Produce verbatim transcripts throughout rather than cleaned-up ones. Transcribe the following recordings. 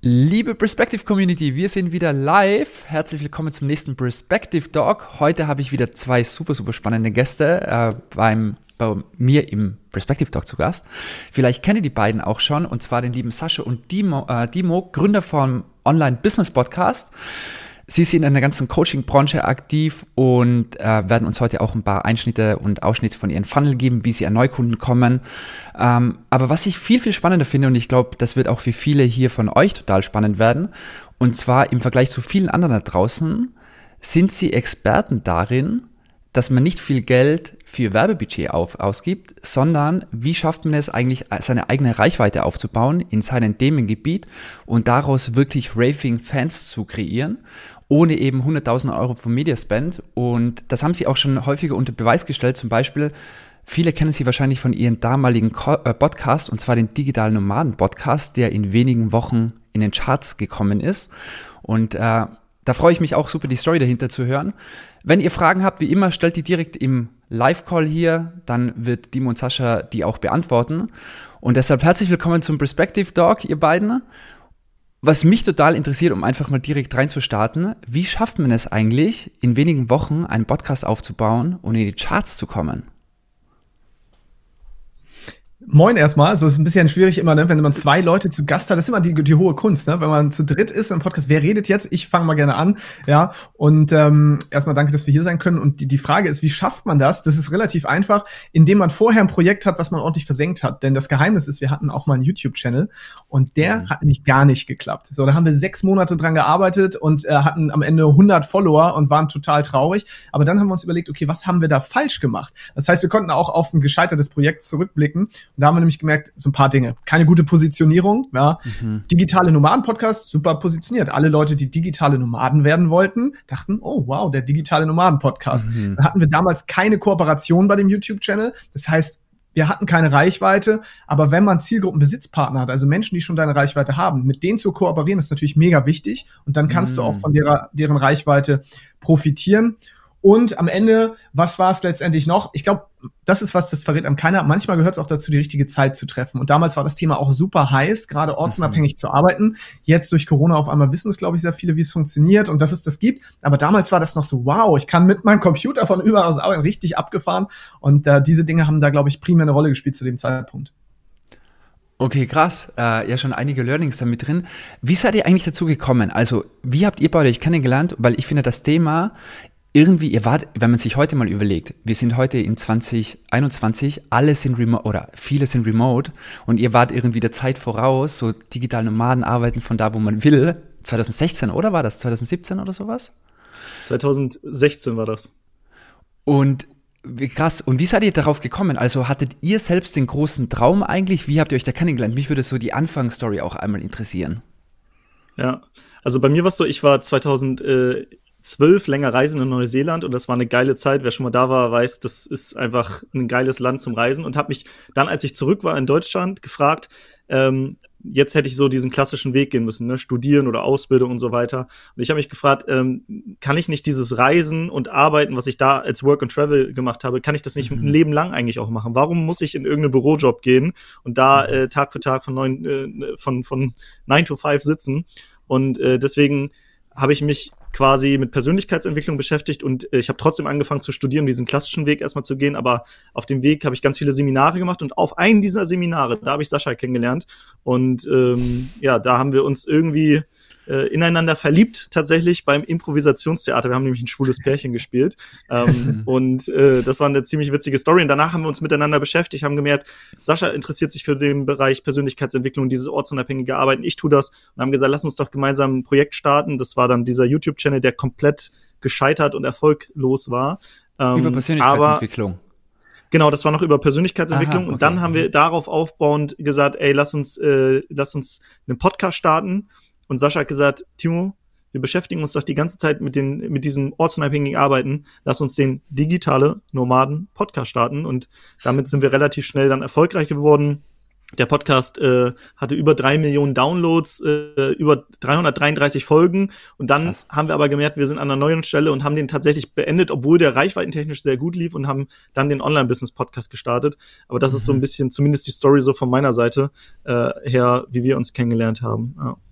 Liebe Perspective Community, wir sind wieder live. Herzlich willkommen zum nächsten Perspective Talk. Heute habe ich wieder zwei super, super spannende Gäste äh, beim, bei mir im Perspective Talk zu Gast. Vielleicht kennt ihr die beiden auch schon, und zwar den lieben Sascha und Dimo, äh, Dimo, Gründer vom Online-Business-Podcast. Sie sind in der ganzen Coaching-Branche aktiv und äh, werden uns heute auch ein paar Einschnitte und Ausschnitte von ihren Funnel geben, wie sie an Neukunden kommen. Ähm, aber was ich viel, viel spannender finde, und ich glaube, das wird auch für viele hier von euch total spannend werden, und zwar im Vergleich zu vielen anderen da draußen, sind sie Experten darin, dass man nicht viel Geld für Werbebudget auf, ausgibt, sondern wie schafft man es eigentlich, seine eigene Reichweite aufzubauen in seinem Themengebiet und daraus wirklich raving Fans zu kreieren, ohne eben hunderttausend Euro vom Media Spend. Und das haben sie auch schon häufiger unter Beweis gestellt. Zum Beispiel, viele kennen sie wahrscheinlich von ihrem damaligen Podcast, und zwar den Digitalen Nomaden Podcast, der in wenigen Wochen in den Charts gekommen ist. Und äh, da freue ich mich auch super, die Story dahinter zu hören. Wenn ihr Fragen habt, wie immer, stellt die direkt im Live-Call hier, dann wird Dimo und Sascha die auch beantworten. Und deshalb herzlich willkommen zum Perspective Talk, ihr beiden. Was mich total interessiert, um einfach mal direkt reinzustarten, wie schafft man es eigentlich, in wenigen Wochen einen Podcast aufzubauen und in die Charts zu kommen? Moin erstmal, also es ist ein bisschen schwierig immer, ne, wenn man zwei Leute zu Gast hat, das ist immer die, die hohe Kunst, ne, wenn man zu dritt ist im Podcast, wer redet jetzt? Ich fange mal gerne an, ja, und ähm, erstmal danke, dass wir hier sein können, und die, die Frage ist, wie schafft man das? Das ist relativ einfach, indem man vorher ein Projekt hat, was man ordentlich versenkt hat, denn das Geheimnis ist, wir hatten auch mal einen YouTube-Channel und der mhm. hat nämlich gar nicht geklappt. So, da haben wir sechs Monate dran gearbeitet und äh, hatten am Ende hundert Follower und waren total traurig, aber dann haben wir uns überlegt, okay, was haben wir da falsch gemacht? Das heißt, wir konnten auch auf ein gescheitertes Projekt zurückblicken. Und da haben wir nämlich gemerkt, so ein paar Dinge. Keine gute Positionierung, ja. Mhm. Digitale Nomaden-Podcast, super positioniert. Alle Leute, die digitale Nomaden werden wollten, dachten, oh wow, der digitale Nomaden-Podcast. Mhm. Da hatten wir damals keine Kooperation bei dem YouTube-Channel. Das heißt, wir hatten keine Reichweite, aber wenn man Zielgruppenbesitzpartner hat, also Menschen, die schon deine Reichweite haben, mit denen zu kooperieren, ist natürlich mega wichtig. Und dann kannst mhm. du auch von derer, deren Reichweite profitieren. Und am Ende, was war es letztendlich noch? Ich glaube, das ist was, das verrät einem keiner. Manchmal gehört es auch dazu, die richtige Zeit zu treffen. Und damals war das Thema auch super heiß, gerade ortsunabhängig mhm. zu arbeiten. Jetzt durch Corona auf einmal wissen es, glaube ich, sehr viele, wie es funktioniert und dass es das gibt. Aber damals war das noch so, wow, ich kann mit meinem Computer von überall aus arbeiten, richtig abgefahren. Und äh, diese Dinge haben da, glaube ich, primär eine Rolle gespielt zu dem Zeitpunkt. Okay, krass. Äh, ja, schon einige Learnings da mit drin. Wie seid ihr eigentlich dazu gekommen? Also, wie habt ihr beide euch kennengelernt? Weil ich finde, das Thema irgendwie, ihr wart, wenn man sich heute mal überlegt, wir sind heute in zwanzig einundzwanzig, alle sind remote oder viele sind remote und ihr wart irgendwie der Zeit voraus, so digital Nomaden arbeiten von da, wo man will. zwanzig sechzehn, oder war das? zwanzig siebzehn oder sowas? zwanzig sechzehn war das. Und wie krass. Und wie seid ihr darauf gekommen? Also hattet ihr selbst den großen Traum eigentlich? Wie habt ihr euch da kennengelernt? Mich würde so die Anfangsstory auch einmal interessieren. Ja, also bei mir war es so, ich war zweitausendzwölf länger reisen in Neuseeland und das war eine geile Zeit. Wer schon mal da war, weiß, das ist einfach ein geiles Land zum Reisen, und habe mich dann, als ich zurück war in Deutschland, gefragt, ähm, jetzt hätte ich so diesen klassischen Weg gehen müssen, ne? Studieren oder Ausbildung und so weiter. Und ich habe mich gefragt, ähm, kann ich nicht dieses Reisen und Arbeiten, was ich da als Work and Travel gemacht habe, kann ich das nicht mhm. ein Leben lang eigentlich auch machen? Warum muss ich in irgendeinen Bürojob gehen und da äh, Tag für Tag von neun, äh, von von nine to five sitzen? Und äh, deswegen habe ich mich quasi mit Persönlichkeitsentwicklung beschäftigt, und äh, ich habe trotzdem angefangen zu studieren, diesen klassischen Weg erstmal zu gehen, aber auf dem Weg habe ich ganz viele Seminare gemacht, und auf einen dieser Seminare, da habe ich Sascha kennengelernt, und ähm, ja, da haben wir uns irgendwie äh, ineinander verliebt, tatsächlich beim Improvisationstheater. Wir haben nämlich ein schwules Pärchen gespielt, ähm, und äh, das war eine ziemlich witzige Story, und danach haben wir uns miteinander beschäftigt, haben gemerkt, Sascha interessiert sich für den Bereich Persönlichkeitsentwicklung, dieses ortsunabhängige Arbeiten, ich tue das, und haben gesagt, lass uns doch gemeinsam ein Projekt starten. Das war dann dieser YouTube-Channel, der komplett gescheitert und erfolglos war. Ähm, Über Persönlichkeitsentwicklung. Aber Genau, das war noch über Persönlichkeitsentwicklung. Aha, okay. Und dann haben wir darauf aufbauend gesagt, ey, lass uns, äh, lass uns einen Podcast starten. Und Sascha hat gesagt, Timo, wir beschäftigen uns doch die ganze Zeit mit den, mit diesem ortsunabhängigen Arbeiten. Lass uns den digitale Nomaden Podcast starten. Und damit sind wir relativ schnell dann erfolgreich geworden. Der Podcast äh, hatte über drei Millionen Downloads, äh, über dreihundertdreiunddreißig Folgen. Und dann Krass. haben wir aber gemerkt, wir sind an einer neuen Stelle und haben den tatsächlich beendet, obwohl der reichweitentechnisch sehr gut lief, und haben dann den Online-Business-Podcast gestartet. Aber das mhm. ist so ein bisschen, zumindest die Story so von meiner Seite äh, her, wie wir uns kennengelernt haben. Ja.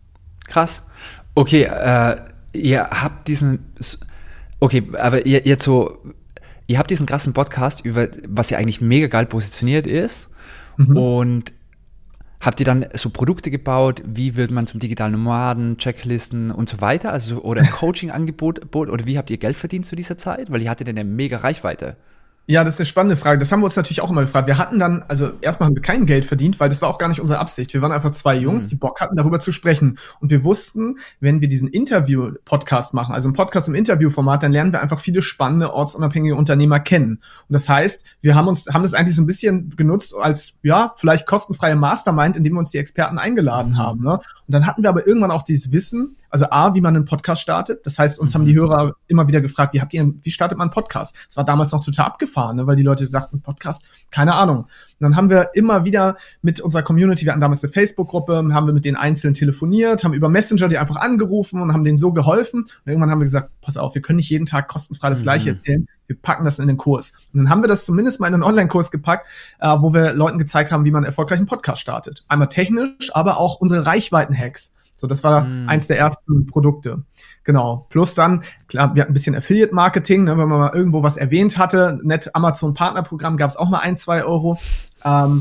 Krass. Okay, äh, ihr habt diesen, okay, aber ihr jetzt so, ihr habt diesen krassen Podcast, über was ja eigentlich mega geil positioniert ist. Mhm. Und habt ihr dann so Produkte gebaut, wie wird man zum digitalen Nomaden, Checklisten und so weiter, also oder Coaching-Angebot, oder wie habt ihr Geld verdient zu dieser Zeit? Weil ihr hattet eine mega Reichweite. Ja, das ist eine spannende Frage. Das haben wir uns natürlich auch immer gefragt. Wir hatten dann, also erstmal haben wir kein Geld verdient, weil das war auch gar nicht unsere Absicht. Wir waren einfach zwei Jungs, mhm. die Bock hatten, darüber zu sprechen. Und wir wussten, wenn wir diesen Interview-Podcast machen, also einen Podcast im Interviewformat, dann lernen wir einfach viele spannende, ortsunabhängige Unternehmer kennen. Und das heißt, wir haben uns, haben das eigentlich so ein bisschen genutzt als, ja, vielleicht kostenfreie Mastermind, indem wir uns die Experten eingeladen haben, ne? Und dann hatten wir aber irgendwann auch dieses Wissen, also A, wie man einen Podcast startet. Das heißt, uns mhm. haben die Hörer immer wieder gefragt, wie habt ihr, wie startet man einen Podcast? Das war damals noch total abgefahren, ne, weil die Leute sagten, Podcast, keine Ahnung. Und dann haben wir immer wieder mit unserer Community, wir hatten damals eine Facebook-Gruppe, haben wir mit denen einzeln telefoniert, haben über Messenger die einfach angerufen und haben denen so geholfen. Und irgendwann haben wir gesagt, pass auf, wir können nicht jeden Tag kostenfrei das mhm. Gleiche erzählen. Wir packen das in den Kurs. Und dann haben wir das zumindest mal in einen Online-Kurs gepackt, äh, wo wir Leuten gezeigt haben, wie man erfolgreich einen Podcast startet. Einmal technisch, aber auch unsere Reichweiten-Hacks. So, das war mm. eins der ersten Produkte. Genau. Plus dann, klar, wir hatten ein bisschen Affiliate-Marketing, ne, wenn man mal irgendwo was erwähnt hatte. Nett Amazon-Partnerprogramm gab es auch mal ein, zwei Euro. Ähm,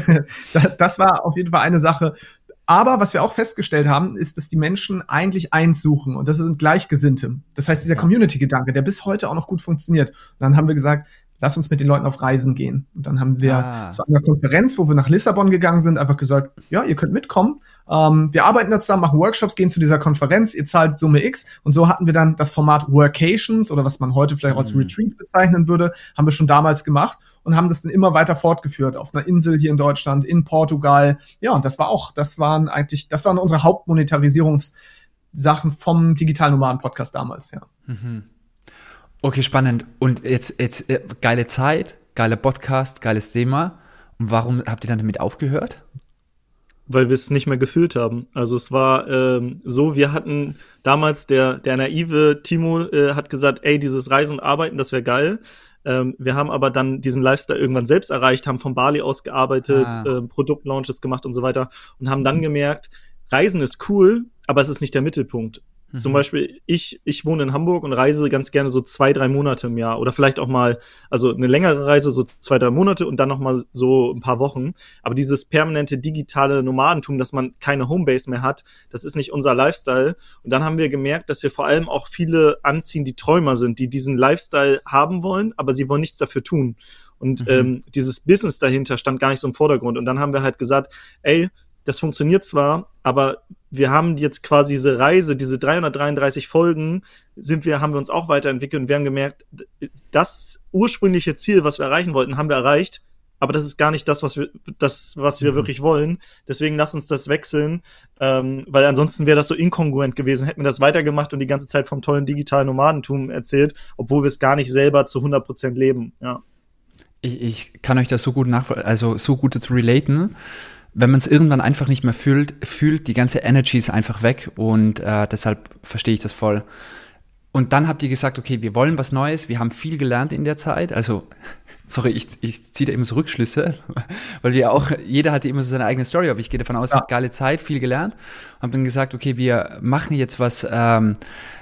das war auf jeden Fall eine Sache. Aber was wir auch festgestellt haben, ist, dass die Menschen eigentlich eins suchen. Und das sind Gleichgesinnte. Das heißt, dieser ja. Community-Gedanke, der bis heute auch noch gut funktioniert. Und dann haben wir gesagt, lass uns mit den Leuten auf Reisen gehen. Und dann haben wir ah. zu einer Konferenz, wo wir nach Lissabon gegangen sind, einfach gesagt, ja, ihr könnt mitkommen. Ähm, wir arbeiten da zusammen, machen Workshops, gehen zu dieser Konferenz, ihr zahlt Summe X. Und so hatten wir dann das Format Workations oder was man heute vielleicht auch als mhm. Retreat bezeichnen würde, haben wir schon damals gemacht und haben das dann immer weiter fortgeführt auf einer Insel hier in Deutschland, in Portugal. Ja, und das war auch, das waren eigentlich, das waren unsere Hauptmonetarisierungssachen vom Digitalen Nomaden-Podcast damals, ja. Mhm. Okay, spannend. Und jetzt, jetzt äh, geile Zeit, geiler Podcast, geiles Thema. Und warum habt ihr dann damit aufgehört? Weil wir es nicht mehr gefühlt haben. Also es war ähm, so, wir hatten damals, der der naive Timo äh, hat gesagt, ey, dieses Reisen und Arbeiten, das wäre geil. Ähm, wir haben aber dann diesen Lifestyle irgendwann selbst erreicht, haben von Bali aus gearbeitet, ah. äh, Produktlaunches gemacht und so weiter und haben dann gemerkt, Reisen ist cool, aber es ist nicht der Mittelpunkt. Mhm. Zum Beispiel, ich ich wohne in Hamburg und reise ganz gerne so zwei, drei Monate im Jahr oder vielleicht auch mal, also eine längere Reise, so zwei, drei Monate und dann noch mal so ein paar Wochen. Aber dieses permanente digitale Nomadentum, dass man keine Homebase mehr hat, das ist nicht unser Lifestyle. Und dann haben wir gemerkt, dass wir vor allem auch viele anziehen, die Träumer sind, die diesen Lifestyle haben wollen, aber sie wollen nichts dafür tun. Und mhm. ähm, dieses Business dahinter stand gar nicht so im Vordergrund. Und dann haben wir halt gesagt, ey, das funktioniert zwar, aber wir haben jetzt quasi diese Reise, diese dreihundertdreiunddreißig Folgen, sind wir, haben wir uns auch weiterentwickelt und wir haben gemerkt, das ursprüngliche Ziel, was wir erreichen wollten, haben wir erreicht, aber das ist gar nicht das, was wir, das, was wir mhm. wirklich wollen. Deswegen lass uns das wechseln, ähm, weil ansonsten wäre das so inkongruent gewesen, hätten wir das weitergemacht und die ganze Zeit vom tollen digitalen Nomadentum erzählt, obwohl wir es gar nicht selber zu hundert Prozent leben, ja. Ich, ich kann euch das so gut nachvollziehen, also so gut zu relaten. Wenn man es irgendwann einfach nicht mehr fühlt, fühlt, die ganze Energy ist einfach weg und äh, deshalb verstehe ich das voll. Und dann habt ihr gesagt, okay, wir wollen was Neues, wir haben viel gelernt in der Zeit, also, sorry, ich, ich ziehe da immer so Rückschlüsse, weil wir auch, jeder hatte immer so seine eigene Story, aber ich gehe davon aus, ja. geile Zeit, viel gelernt und habe dann gesagt, okay, wir machen jetzt was, ähm,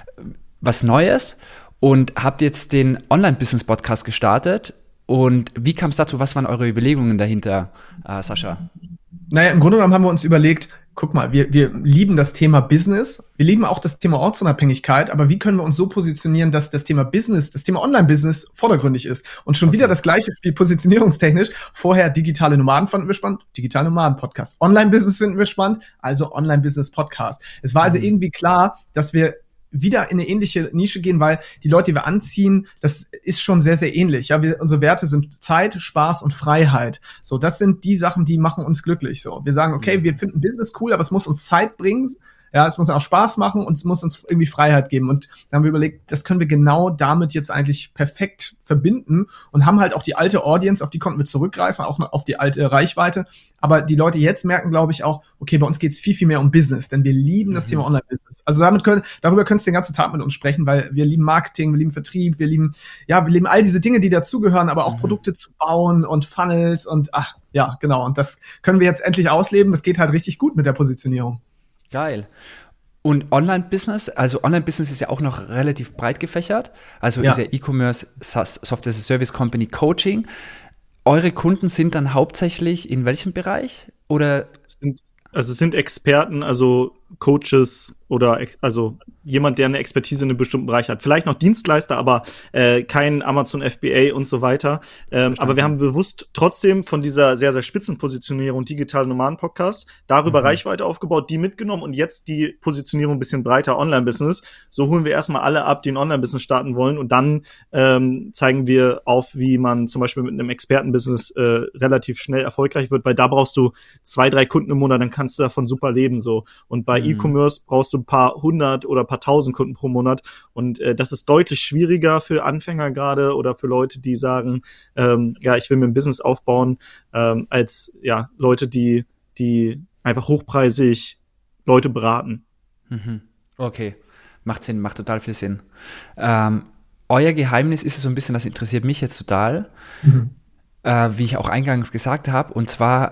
was Neues und habt jetzt den Online-Business-Podcast gestartet. Und wie kam es dazu? Was waren eure Überlegungen dahinter, äh, Sascha? Naja, im Grunde genommen haben wir uns überlegt, guck mal, wir, wir lieben das Thema Business, wir lieben auch das Thema Ortsunabhängigkeit, aber wie können wir uns so positionieren, dass das Thema Business, das Thema Online-Business vordergründig ist? Und schon okay. wieder das gleiche Spiel positionierungstechnisch. Vorher digitale Nomaden fanden wir spannend, digitale Nomaden-Podcast. Online-Business finden wir spannend, also Online-Business-Podcast. Es war also mhm. irgendwie klar, dass wir wieder in eine ähnliche Nische gehen, weil die Leute, die wir anziehen, das ist schon sehr, sehr ähnlich. Ja, wir, unsere Werte sind Zeit, Spaß und Freiheit. So, das sind die Sachen, die machen uns glücklich. So, wir sagen, okay, wir finden Business cool, aber es muss uns Zeit bringen. Ja, es muss auch Spaß machen und es muss uns irgendwie Freiheit geben. Und dann haben wir überlegt, das können wir genau damit jetzt eigentlich perfekt verbinden und haben halt auch die alte Audience, auf die konnten wir zurückgreifen, auch auf die alte Reichweite. Aber die Leute jetzt merken, glaube ich, auch, okay, bei uns geht es viel, viel mehr um Business, denn wir lieben das mhm. Thema Online-Business. Also damit können, darüber könntest du den ganzen Tag mit uns sprechen, weil wir lieben Marketing, wir lieben Vertrieb, wir lieben, ja, wir lieben all diese Dinge, die dazugehören, aber auch mhm. Produkte zu bauen und Funnels und, ach, ja, genau. Und das können wir jetzt endlich ausleben. Das geht halt richtig gut mit der Positionierung. Geil. Und Online-Business, also Online-Business ist ja auch noch relativ breit gefächert. Also Ja. ist ja E-Commerce, SaaS, Software as a Service Company, Coaching. Eure Kunden sind dann hauptsächlich in welchem Bereich? Oder Es sind, also es sind Experten, also Coaches oder ex- also jemand, der eine Expertise in einem bestimmten Bereich hat. Vielleicht noch Dienstleister, aber äh, kein Amazon F B A und so weiter. Ähm, aber wir haben bewusst trotzdem von dieser sehr, sehr spitzen Positionierung Digital Nomaden Podcast darüber Mhm. Reichweite aufgebaut, die mitgenommen und jetzt die Positionierung ein bisschen breiter Online-Business. So holen wir erstmal alle ab, die ein Online-Business starten wollen und dann ähm, zeigen wir auf, wie man zum Beispiel mit einem Expertenbusiness äh, relativ schnell erfolgreich wird, weil da brauchst du zwei, drei Kunden im Monat, dann kannst du davon super leben so. Und bei Mhm. E-Commerce brauchst du ein paar hundert oder ein paar tausend Kunden pro Monat. Und äh, das ist deutlich schwieriger für Anfänger gerade oder für Leute, die sagen, ähm, ja, ich will mir ein Business aufbauen, ähm, als ja Leute, die, die einfach hochpreisig Leute beraten. Mhm. Okay, macht Sinn, macht total viel Sinn. Ähm, euer Geheimnis ist so ein bisschen, das interessiert mich jetzt total, Mhm. äh, wie ich auch eingangs gesagt habe, und zwar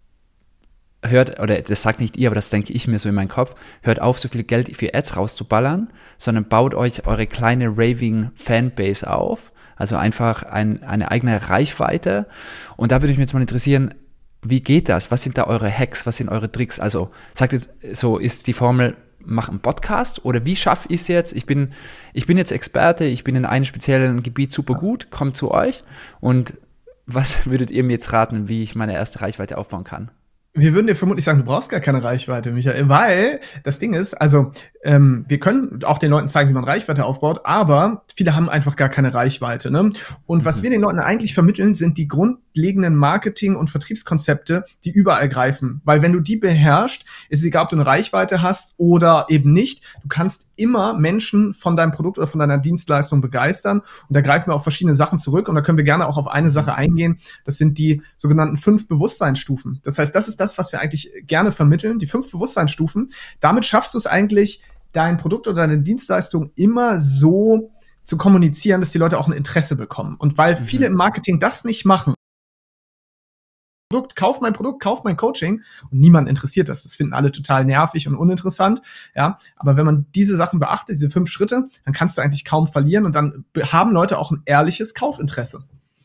hört, oder das sagt nicht ihr, aber das denke ich mir so in meinen Kopf, hört auf, so viel Geld für Ads rauszuballern, sondern baut euch eure kleine raving Fanbase auf, also einfach ein, eine eigene Reichweite. Und da würde mich jetzt mal interessieren, wie geht das? Was sind da eure Hacks? Was sind eure Tricks? Also sagt jetzt, so ist die Formel, mach einen Podcast, oder wie schaffe ich es jetzt? Ich bin, ich bin jetzt Experte, ich bin in einem speziellen Gebiet super gut, komme zu euch, und was würdet ihr mir jetzt raten, wie ich meine erste Reichweite aufbauen kann? Wir würden dir vermutlich sagen, du brauchst gar keine Reichweite, Michael, weil das Ding ist, also ähm, wir können auch den Leuten zeigen, wie man Reichweite aufbaut, aber viele haben einfach gar keine Reichweite. Ne? Und was Mhm. wir den Leuten eigentlich vermitteln, sind die grundlegenden Marketing- und Vertriebskonzepte, die überall greifen. Weil wenn du die beherrschst, ist es egal, ob du eine Reichweite hast oder eben nicht, du kannst immer Menschen von deinem Produkt oder von deiner Dienstleistung begeistern. Und da greifen wir auf verschiedene Sachen zurück, und da können wir gerne auch auf eine Sache eingehen. Das sind die sogenannten fünf Bewusstseinsstufen. Das heißt, das ist das, was wir eigentlich gerne vermitteln, die fünf Bewusstseinsstufen. Damit schaffst du es eigentlich, dein Produkt oder deine Dienstleistung immer so zu kommunizieren, dass die Leute auch ein Interesse bekommen. Und weil Mhm. viele im Marketing das nicht machen, Produkt, kauf mein Produkt, kauf mein Coaching, und niemand interessiert das. Das finden alle total nervig und uninteressant. Ja, aber wenn man diese Sachen beachtet, diese fünf Schritte, dann kannst du eigentlich kaum verlieren, und dann haben Leute auch ein ehrliches Kaufinteresse.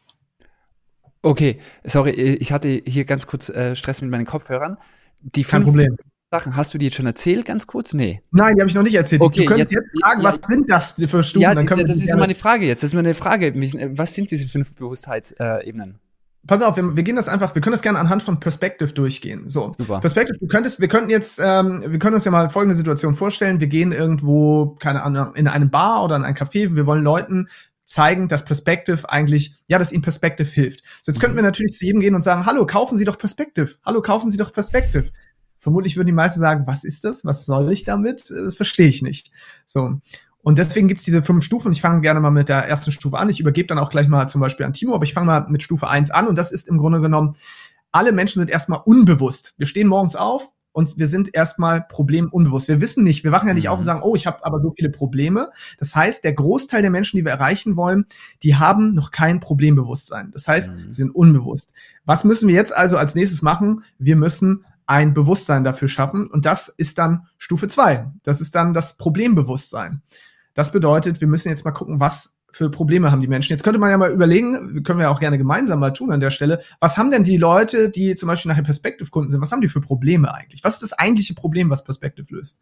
Okay, sorry, ich hatte hier ganz kurz äh, Stress mit meinen Kopfhörern. Die Kein fünf Problem. Sachen, hast du die jetzt schon erzählt, ganz kurz? Nee. Nein, die habe ich noch nicht erzählt. Okay, du könntest jetzt- jetzt, fragen, ja, was sind das für Stufen? Ja, Dann können wir das die ist gerne- meine Frage jetzt. Das ist meine Frage. Mich- Was sind diese fünf Bewusstheitsebenen? Pass auf, wir, wir gehen das einfach, wir können das gerne anhand von Perspective durchgehen. So, Super. Perspective, du könntest, wir könnten jetzt, ähm, wir können uns ja mal folgende Situation vorstellen. Wir gehen irgendwo, keine Ahnung, in eine Bar oder in ein Café. Wir wollen Leuten zeigen, dass Perspective eigentlich, ja, dass ihnen Perspective hilft. So, jetzt könnten wir natürlich zu jedem gehen und sagen, hallo, kaufen Sie doch Perspective. Hallo, kaufen Sie doch Perspective. Vermutlich würden die meisten sagen, was ist das? Was soll ich damit? Äh, Das verstehe ich nicht. So. Und deswegen gibt's diese fünf Stufen. Ich fange gerne mal mit der ersten Stufe an. Ich übergebe dann auch gleich mal zum Beispiel an Timo, aber ich fange mal mit Stufe eins an. Und das ist im Grunde genommen, alle Menschen sind erstmal unbewusst. Wir stehen morgens auf und wir sind erstmal problemunbewusst. Wir wissen nicht, wir wachen ja nicht Mhm. auf und sagen, oh, ich habe aber so viele Probleme. Das heißt, der Großteil der Menschen, die wir erreichen wollen, die haben noch kein Problembewusstsein. Das heißt, Mhm. sie sind unbewusst. Was müssen wir jetzt also als nächstes machen? Wir müssen ein Bewusstsein dafür schaffen, und das ist dann Stufe zwei. Das ist dann das Problembewusstsein. Das bedeutet, wir müssen jetzt mal gucken, was für Probleme haben die Menschen. Jetzt könnte man ja mal überlegen, können wir auch gerne gemeinsam mal tun an der Stelle, was haben denn die Leute, die zum Beispiel nachher Perspective-Kunden sind, was haben die für Probleme eigentlich? Was ist das eigentliche Problem, was Perspective löst?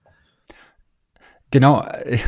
Genau.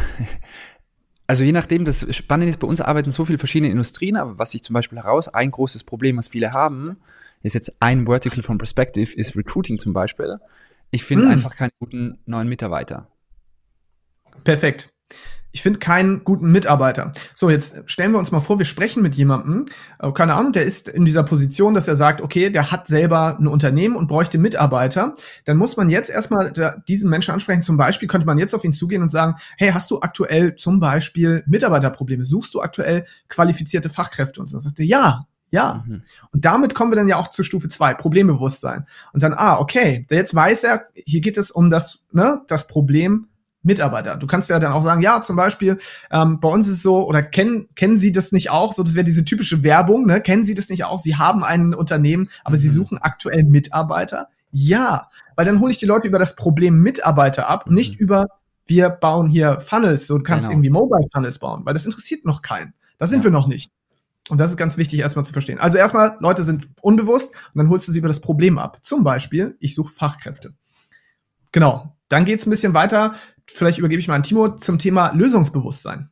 Also je nachdem, das Spannende ist, bei uns arbeiten so viele verschiedene Industrien, aber was ich zum Beispiel heraus, ein großes Problem, was viele haben, ist jetzt ein Vertical von Perspective, ist Recruiting zum Beispiel. Ich finde Hm. einfach keine guten neuen Mitarbeiter. Perfekt. Ich finde keinen guten Mitarbeiter. So, jetzt stellen wir uns mal vor, wir sprechen mit jemandem, äh, keine Ahnung, der ist in dieser Position, dass er sagt, okay, der hat selber ein Unternehmen und bräuchte Mitarbeiter. Dann muss man jetzt erstmal da, diesen Menschen ansprechen. Zum Beispiel könnte man jetzt auf ihn zugehen und sagen, hey, hast du aktuell zum Beispiel Mitarbeiterprobleme? Suchst du aktuell qualifizierte Fachkräfte? Und so sagt er, ja. Ja, Mhm. und damit kommen wir dann ja auch zu Stufe zwei, Problembewusstsein. Und dann, ah, okay, jetzt weiß er, hier geht es um das, ne, das Problem Mitarbeiter. Du kannst ja dann auch sagen, ja, zum Beispiel, ähm, bei uns ist es so, oder kennen, kennen Sie das nicht auch? So, das wäre diese typische Werbung, ne? Kennen Sie das nicht auch? Sie haben ein Unternehmen, aber Mhm. Sie suchen aktuell Mitarbeiter? Ja, weil dann hole ich die Leute über das Problem Mitarbeiter ab, Mhm. nicht über wir bauen hier Funnels, so du kannst Genau. irgendwie Mobile Funnels bauen, weil das interessiert noch keinen. Da sind Ja. wir noch nicht. Und das ist ganz wichtig, erstmal zu verstehen. Also erstmal, Leute sind unbewusst und dann holst du sie über das Problem ab. Zum Beispiel, ich suche Fachkräfte. Genau. Dann geht's ein bisschen weiter. Vielleicht übergebe ich mal an Timo zum Thema Lösungsbewusstsein.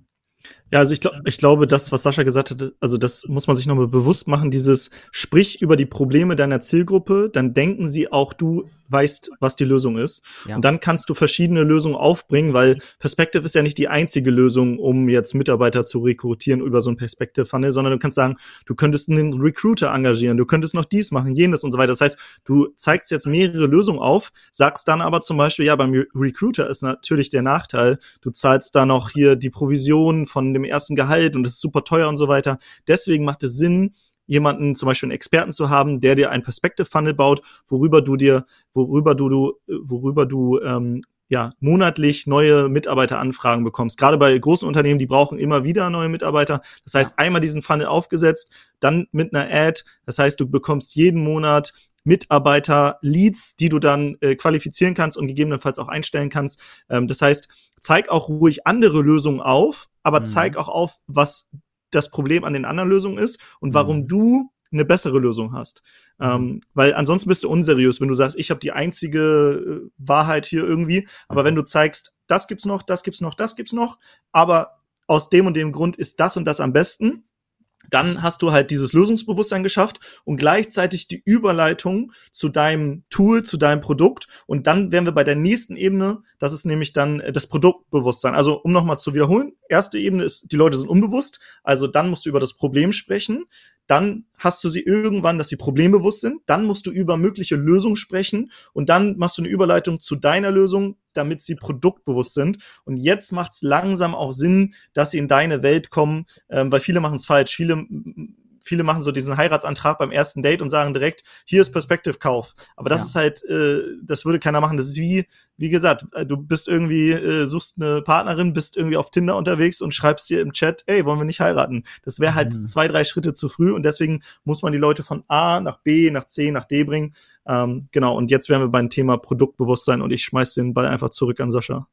Ja, also ich, glaub, ich glaube, das, was Sascha gesagt hat, also das muss man sich nochmal bewusst machen, dieses sprich über die Probleme deiner Zielgruppe, dann denken sie auch, du weißt, was die Lösung ist. Ja. Und dann kannst du verschiedene Lösungen aufbringen, weil Perspective ist ja nicht die einzige Lösung, um jetzt Mitarbeiter zu rekrutieren über so ein Perspective-Funnel, sondern du kannst sagen, du könntest einen Recruiter engagieren, du könntest noch dies machen, jenes und so weiter. Das heißt, du zeigst jetzt mehrere Lösungen auf, sagst dann aber zum Beispiel, ja, beim Re- Recruiter ist natürlich der Nachteil, du zahlst da noch hier die Provision von dem ersten Gehalt und das ist super teuer und so weiter. Deswegen macht es Sinn, jemanden, zum Beispiel einen Experten zu haben, der dir ein Perspective-Funnel baut, worüber du dir, worüber du, du worüber du ähm, ja monatlich neue Mitarbeiteranfragen bekommst. Gerade bei großen Unternehmen, die brauchen immer wieder neue Mitarbeiter. Das heißt, einmal diesen Funnel aufgesetzt, dann mit einer Ad. Das heißt, du bekommst jeden Monat Mitarbeiter-Leads, die du dann äh, qualifizieren kannst und gegebenenfalls auch einstellen kannst. Ähm, das heißt, zeig auch ruhig andere Lösungen auf, aber Mhm. zeig auch auf, was das Problem an den anderen Lösungen ist und warum Mhm. du eine bessere Lösung hast. Mhm. Ähm, weil ansonsten bist du unseriös, wenn du sagst, ich habe die einzige äh, Wahrheit hier irgendwie. Aber Mhm. wenn du zeigst, das gibt's noch, das gibt's noch, das gibt's noch, aber aus dem und dem Grund ist das und das am besten, dann hast du halt dieses Lösungsbewusstsein geschafft und gleichzeitig die Überleitung zu deinem Tool, zu deinem Produkt. Und dann wären wir bei der nächsten Ebene, das ist nämlich dann äh, das Produktbewusstsein. Also um nochmal zu wiederholen, erste Ebene ist, die Leute sind unbewusst, also dann musst du über das Problem sprechen. Dann hast du sie irgendwann, dass sie problembewusst sind. Dann musst du über mögliche Lösungen sprechen und dann machst du eine Überleitung zu deiner Lösung, damit sie produktbewusst sind. Und jetzt macht es langsam auch Sinn, dass sie in deine Welt kommen, ähm, weil viele machen es falsch. Viele Viele machen so diesen Heiratsantrag beim ersten Date und sagen direkt, hier ist Perspective-Kauf. Aber das Ja. ist halt, äh, das würde keiner machen. Das ist wie, wie gesagt, du bist irgendwie, äh, suchst eine Partnerin, bist irgendwie auf Tinder unterwegs und schreibst dir im Chat, ey, wollen wir nicht heiraten? Das wäre halt Mhm. zwei, drei Schritte zu früh und deswegen muss man die Leute von A nach B, nach C, nach D bringen. Ähm, genau, und jetzt wären wir beim Thema Produktbewusstsein und ich schmeiß den Ball einfach zurück an Sascha.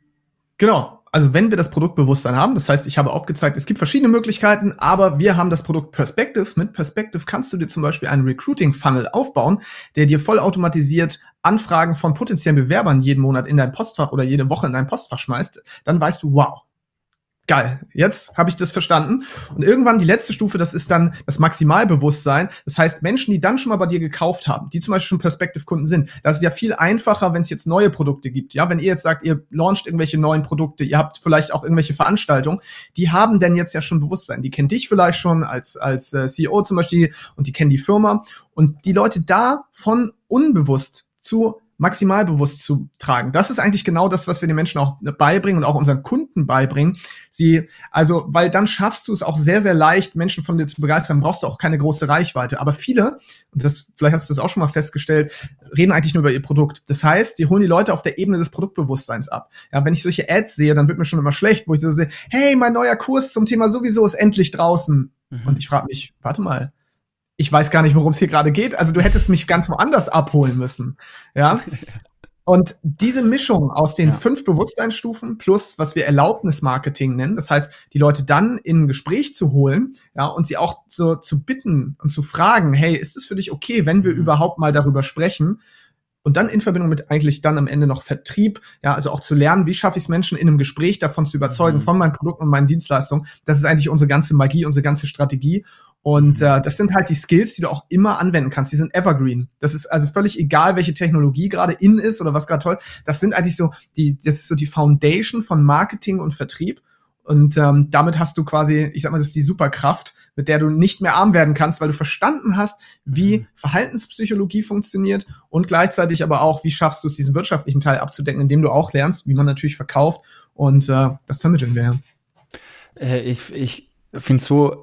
Genau. Also wenn wir das Produktbewusstsein haben, das heißt, ich habe aufgezeigt, es gibt verschiedene Möglichkeiten, aber wir haben das Produkt Perspective. Mit Perspective kannst du dir zum Beispiel einen Recruiting-Funnel aufbauen, der dir vollautomatisiert Anfragen von potenziellen Bewerbern jeden Monat in dein Postfach oder jede Woche in dein Postfach schmeißt. Dann weißt du, wow, geil, jetzt habe ich das verstanden. Und irgendwann die letzte Stufe, das ist dann das Maximalbewusstsein. Das heißt, Menschen, die dann schon mal bei dir gekauft haben, die zum Beispiel schon Perspective-Kunden sind, das ist ja viel einfacher, wenn es jetzt neue Produkte gibt. Ja, wenn ihr jetzt sagt, ihr launcht irgendwelche neuen Produkte, ihr habt vielleicht auch irgendwelche Veranstaltungen, die haben denn jetzt ja schon Bewusstsein. Die kennen dich vielleicht schon als, als äh, C E O zum Beispiel und die kennen die Firma. Und die Leute da von unbewusst zu maximal bewusst zu tragen. Das ist eigentlich genau das, was wir den Menschen auch beibringen und auch unseren Kunden beibringen. Sie, also, weil dann schaffst du es auch sehr, sehr leicht, Menschen von dir zu begeistern, brauchst du auch keine große Reichweite. Aber viele, und das, vielleicht hast du das auch schon mal festgestellt, reden eigentlich nur über ihr Produkt. Das heißt, die holen die Leute auf der Ebene des Produktbewusstseins ab. Ja, wenn ich solche Ads sehe, dann wird mir schon immer schlecht, wo ich so sehe, hey, mein neuer Kurs zum Thema sowieso ist endlich draußen. Mhm. Und ich frage mich, warte mal, ich weiß gar nicht, worum es hier gerade geht. Also du hättest mich ganz woanders abholen müssen. Ja. Und diese Mischung aus den Ja. fünf Bewusstseinsstufen plus, was wir Erlaubnismarketing nennen, das heißt, die Leute dann in ein Gespräch zu holen, ja, und sie auch so zu bitten und zu fragen, hey, ist es für dich okay, wenn wir Mhm. überhaupt mal darüber sprechen? Und dann in Verbindung mit eigentlich dann am Ende noch Vertrieb, ja, also auch zu lernen, wie schaffe ich es Menschen in einem Gespräch davon zu überzeugen, Mhm. von meinem Produkt und meinen Dienstleistungen. Das ist eigentlich unsere ganze Magie, unsere ganze Strategie. Und Mhm. äh, das sind halt die Skills, die du auch immer anwenden kannst. Die sind evergreen. Das ist also völlig egal, welche Technologie gerade in ist oder was gerade toll. Das sind eigentlich so die, das ist so die Foundation von Marketing und Vertrieb. Und ähm, damit hast du quasi, ich sag mal, das ist die Superkraft, mit der du nicht mehr arm werden kannst, weil du verstanden hast, wie Mhm. Verhaltenspsychologie funktioniert und gleichzeitig aber auch, wie schaffst du es, diesen wirtschaftlichen Teil abzudecken, indem du auch lernst, wie man natürlich verkauft. Und äh, das vermitteln wir. Äh, ich ich finde es so,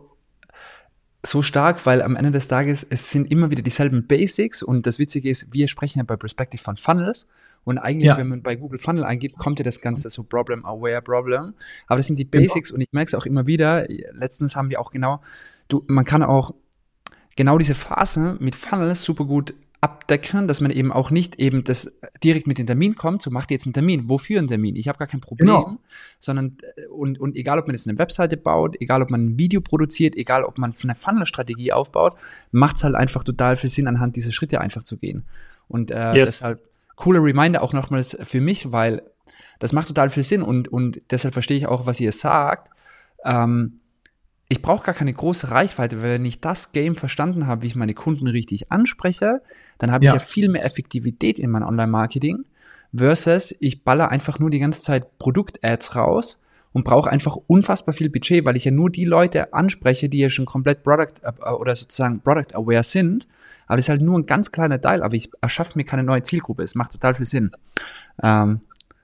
so stark, weil am Ende des Tages, es sind immer wieder dieselben Basics und das Witzige ist, wir sprechen ja bei Perspective von Funnels und eigentlich, Ja. wenn man bei Google Funnel eingibt, kommt ja das Ganze so Problem-Aware Problem, aber das sind die Genau. Basics und ich merke es auch immer wieder, letztens haben wir auch genau, du, man kann auch genau diese Phase mit Funnels super gut abdecken, dass man eben auch nicht eben das direkt mit dem Termin kommt, so macht ihr jetzt einen Termin. Wofür einen Termin? Ich habe gar kein Problem, genau. sondern und, und egal, ob man jetzt eine Webseite baut, egal, ob man ein Video produziert, egal, ob man eine Funnel-Strategie aufbaut, macht es halt einfach total viel Sinn, anhand dieser Schritte einfach zu gehen. Und äh, yes. deshalb cooler Reminder auch nochmals für mich, weil das macht total viel Sinn und, und deshalb verstehe ich auch, was ihr sagt. Ähm, ich brauche gar keine große Reichweite, weil wenn ich das Game verstanden habe, wie ich meine Kunden richtig anspreche, dann habe ja. ich ja viel mehr Effektivität in meinem Online-Marketing versus ich baller einfach nur die ganze Zeit Produkt-Ads raus und brauche einfach unfassbar viel Budget, weil ich ja nur die Leute anspreche, die ja schon komplett Product oder sozusagen Product-aware sind. Aber das ist halt nur ein ganz kleiner Teil, aber ich erschaffe mir keine neue Zielgruppe. Es macht total viel Sinn. Ähm,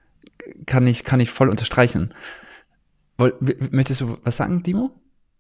kann ich, kann ich voll unterstreichen. Woll, möchtest du was sagen, Timo?